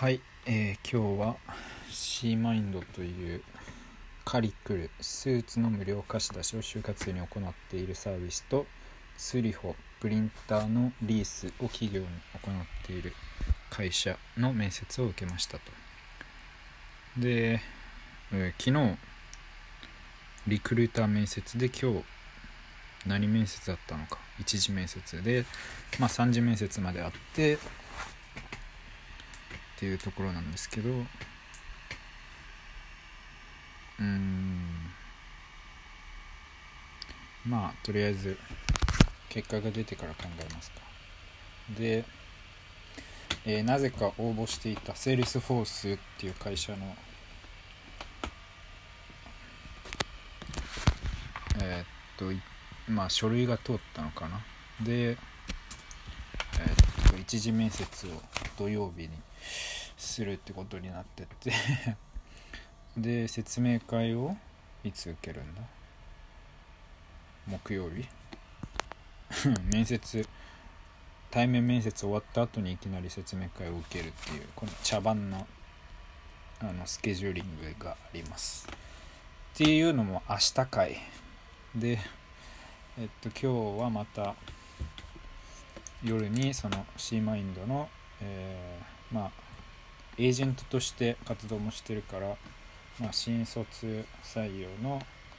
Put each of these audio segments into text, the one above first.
はい、今日は C マインドというカリクルスーツの無料貸し出しを就活生に行っているサービスとツリホプリンターのリースを企業に行っている会社の面接を受けましたと。で、昨日リクルーター面接で、今日何面接だったのか、一次面接で、3次面接まであってっていうところなんですけど、とりあえず結果が出てから考えますか。で、なぜか応募していたセールスフォースっていう会社の書類が通ったのかな。で、一次面接を土曜日にするってことになっててで、説明会をいつ受けるんだ、木曜日対面面接終わった後にいきなり説明会を受けるっていう、この茶番なスケジューリングがありますっていうのも明日会で、今日はまた夜にその C マインドの、エージェントとして活動もしてるから、新卒採用の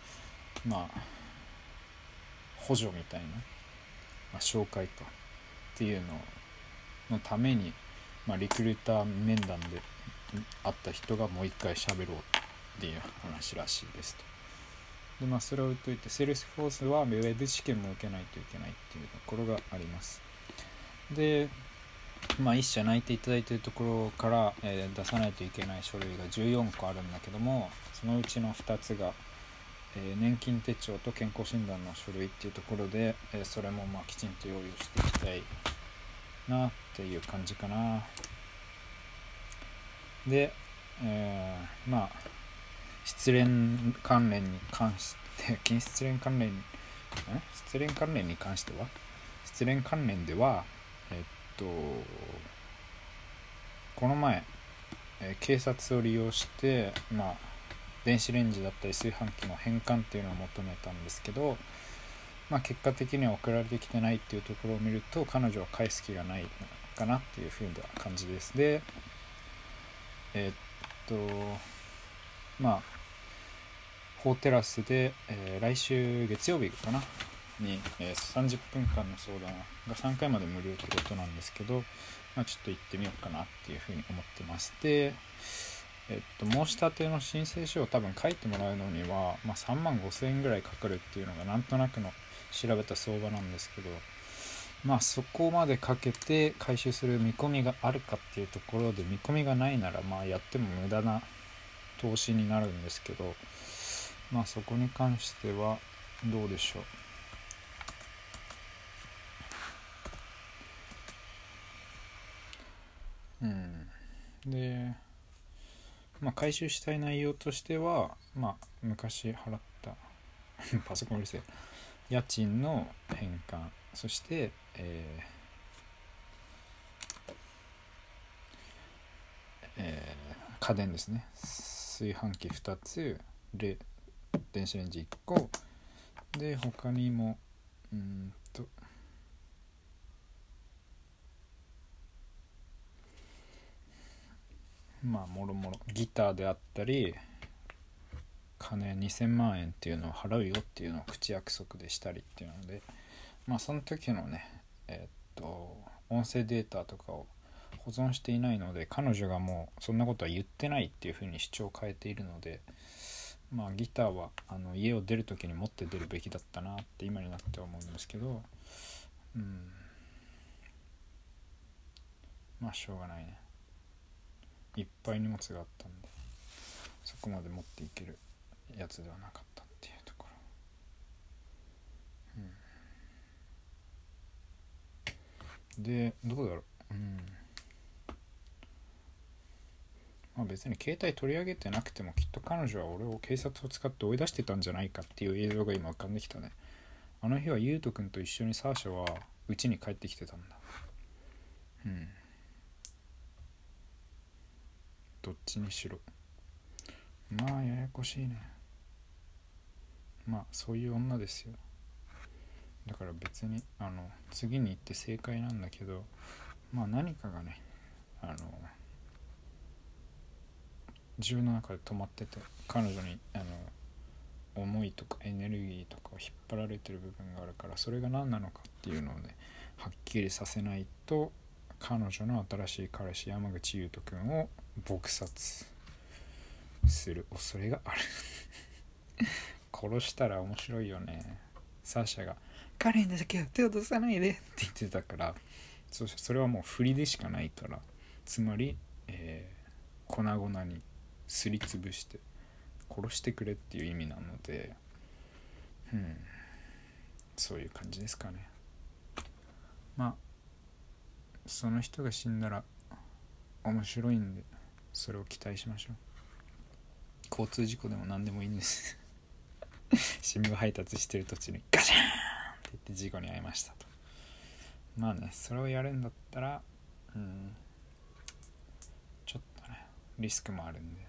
補助みたいな、紹介かっていうののために、リクルーター面談で会った人がもう一回喋ろうっていう話らしいですと。で、それを置いといて、セールスフォースはウェブ試験も受けないといけないっていうところがあります。で、一社内定いただいているところから、出さないといけない書類が14個あるんだけども、そのうちの2つが、年金手帳と健康診断の書類っていうところで、それもきちんと用意していきたいなっていう感じかな。で、失恋関連に関して失恋関連ではこの前、警察を利用して、電子レンジだったり炊飯器の返還っていうのを求めたんですけど、結果的には送られてきてないっていうところを見ると、彼女は返す気がないのかなっていう風な感じです。で、法テラスで、来週月曜日かなに、30分間の相談が3回まで無料ってことなんですけど、ちょっと行ってみようかなっていうふうに思ってまして、申し立ての申請書を多分書いてもらうのには、3万5千円ぐらいかかるっていうのがなんとなくの調べた相場なんですけど、そこまでかけて回収する見込みがあるかっていうところで、見込みがないならやっても無駄な投資になるんですけど、そこに関してはどうでしょう。で、回収したい内容としては、昔払ったパソコンうるせえ、家賃の返還、そして、家電ですね、炊飯器2つ、電子レンジ1個で、他にももろもろギターであったり、金2000万円っていうのを払うよっていうのを口約束でしたりっていうので、その時のね、音声データとかを保存していないので、彼女がもうそんなことは言ってないっていう風に主張を変えているので、ギターは家を出る時に持って出るべきだったなって今になっては思うんですけど、しょうがないね。いっぱい荷物があったんで、そこまで持っていけるやつではなかったっていうところ、で、どうだろう。別に携帯取り上げてなくても、きっと彼女は俺を警察を使って追い出してたんじゃないかっていう映像が今浮かんできたね。あの日はゆうとくんと一緒にサーシャは家に帰ってきてたんだ。 どっちにしろまあややこしいね。まあそういう女ですよ。だから別に次に行って正解なんだけど、まあ何かがね自分の中で止まってて、彼女に思いとかエネルギーとかを引っ張られてる部分があるから、それが何なのかっていうのをねはっきりさせないと、彼女の新しい彼氏山口優斗くんを撲殺する恐れがある殺したら面白いよね。サーシャが彼にだけは手を出さないでって言ってたから、それはもう振りでしかないから、つまり、粉々にすりつぶして殺してくれっていう意味なので、そういう感じですかね。まあその人が死んだら面白いんで、それを期待しましょう。交通事故でも何でもいいんです新聞配達してる途中にガシャーンって言って事故に遭いましたと。まあね、それをやるんだったらちょっとねリスクもあるんで、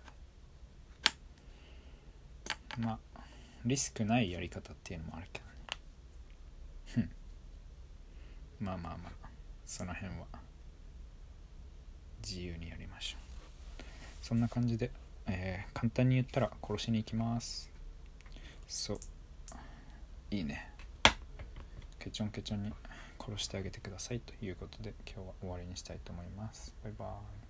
まあリスクないやり方っていうのもあるけどねまあその辺は自由にやりましょう。そんな感じで、簡単に言ったら殺しに行きます。そういいね、ケチョンケチョンに殺してあげてくださいということで、今日は終わりにしたいと思います。バイバーイ。